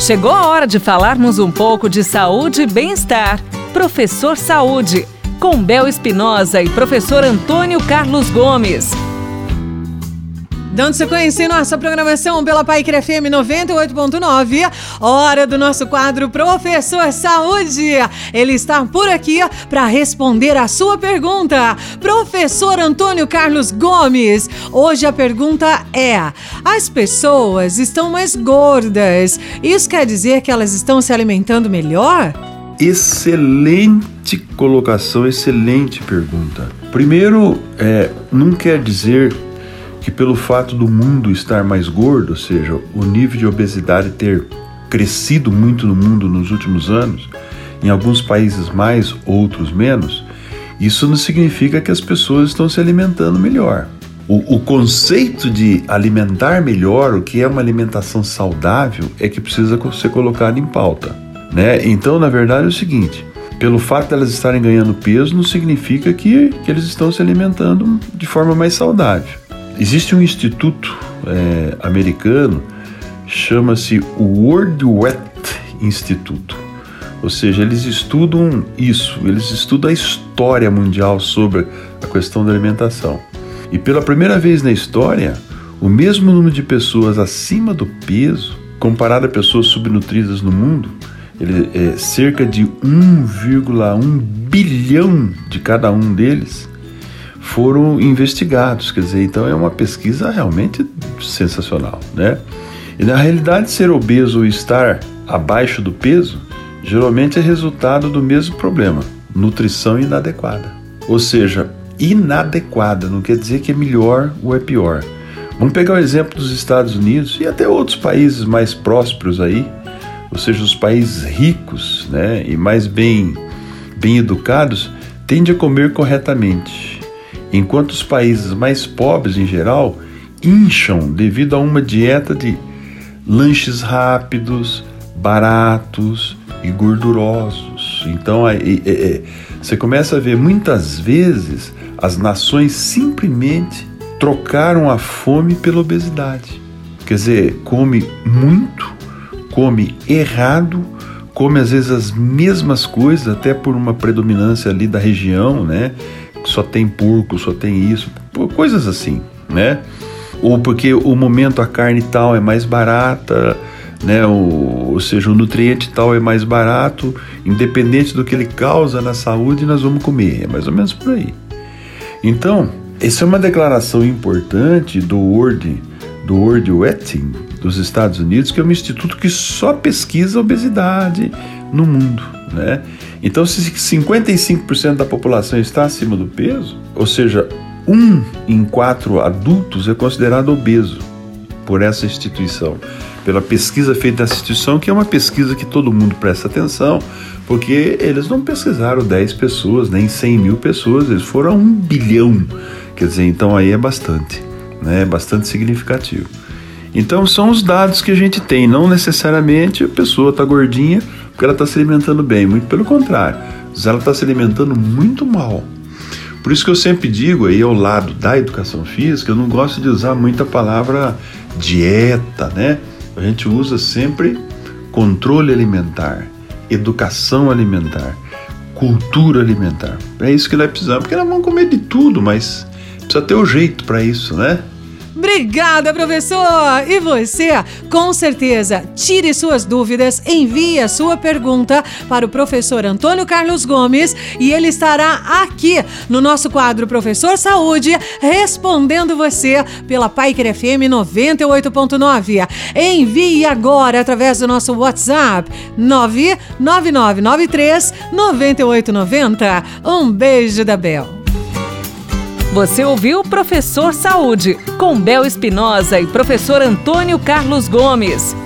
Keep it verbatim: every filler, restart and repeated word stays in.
Chegou a hora de falarmos um pouco de saúde e bem-estar. Professor Saúde, com Bel Espinosa e professor Antônio Carlos Gomes. Dando sequência em nossa programação pela Paiquer F M noventa e oito ponto nove, hora do nosso quadro Professor Saúde. Ele está por aqui para responder a sua pergunta. Professor Antônio Carlos Gomes, hoje a pergunta é: as pessoas estão mais gordas, isso quer dizer que elas estão se alimentando melhor? Excelente colocação, excelente pergunta. Primeiro, é, não quer dizer que pelo fato do mundo estar mais gordo, ou seja, o nível de obesidade ter crescido muito no mundo nos últimos anos, em alguns países mais, outros menos, isso não significa que as pessoas estão se alimentando melhor. O, o conceito de alimentar melhor, o que é uma alimentação saudável, é que precisa ser colocado em pauta, né? Então, na verdade, é o seguinte: pelo fato de elas estarem ganhando peso, não significa que, que eles estão se alimentando de forma mais saudável. Existe um instituto é, americano, chama-se World Wet Institute, ou seja, eles estudam isso, eles estudam a história mundial sobre a questão da alimentação. E pela primeira vez na história, o mesmo número de pessoas acima do peso, comparado a pessoas subnutridas no mundo, ele, é, cerca de um vírgula um bilhão de cada um deles foram investigados, quer dizer, então é uma pesquisa realmente sensacional, né? E na realidade, ser obeso ou estar abaixo do peso geralmente é resultado do mesmo problema: nutrição inadequada. Ou seja, inadequada não quer dizer que é melhor ou é pior. Vamos pegar o exemplo dos Estados Unidos e até outros países mais prósperos aí, ou seja, os países ricos, né, e mais bem, bem educados, tendem a comer corretamente, enquanto os países mais pobres, em geral, incham devido a uma dieta de lanches rápidos, baratos e gordurosos. Então, é, é, é, você começa a ver muitas vezes as nações simplesmente trocaram a fome pela obesidade. Quer dizer, come muito, come errado, come às vezes as mesmas coisas, até por uma predominância ali da região, né? Só tem porco, só tem isso, coisas assim, né? Ou porque o momento a carne tal é mais barata, né? Ou, ou seja, o nutriente tal é mais barato, independente do que ele causa na saúde, nós vamos comer, é mais ou menos por aí. Então, essa é uma declaração importante do World, do World Wetting dos Estados Unidos, que é um instituto que só pesquisa obesidade no mundo, né? Então, se cinquenta e cinco por cento da população está acima do peso, ou seja, um em quatro adultos é considerado obeso por essa instituição, pela pesquisa feita nessa instituição, que é uma pesquisa que todo mundo presta atenção, porque eles não pesquisaram dez pessoas, nem cem mil pessoas, eles foram a um bilhão, quer dizer, então aí é bastante, né? É bastante significativo. Então são os dados que a gente tem, não necessariamente a pessoa está gordinha porque ela está se alimentando bem, muito pelo contrário, ela está se alimentando muito mal. Por isso que eu sempre digo, aí ao lado da educação física, eu não gosto de usar muito a palavra dieta, né? A gente usa sempre controle alimentar, educação alimentar, cultura alimentar. É isso que nós precisamos, porque nós vamos comer de tudo, mas precisa ter o jeito para isso, né? Obrigada, professor! E você, com certeza, tire suas dúvidas, envie a sua pergunta para o professor Antônio Carlos Gomes e ele estará aqui no nosso quadro Professor Saúde, respondendo você pela Paiquer F M noventa e oito ponto nove. Envie agora através do nosso WhatsApp nove nove nove nove três nove oito nove zero. Um beijo da Bel. Você ouviu Professor Saúde, com Bel Espinosa e professor Antônio Carlos Gomes.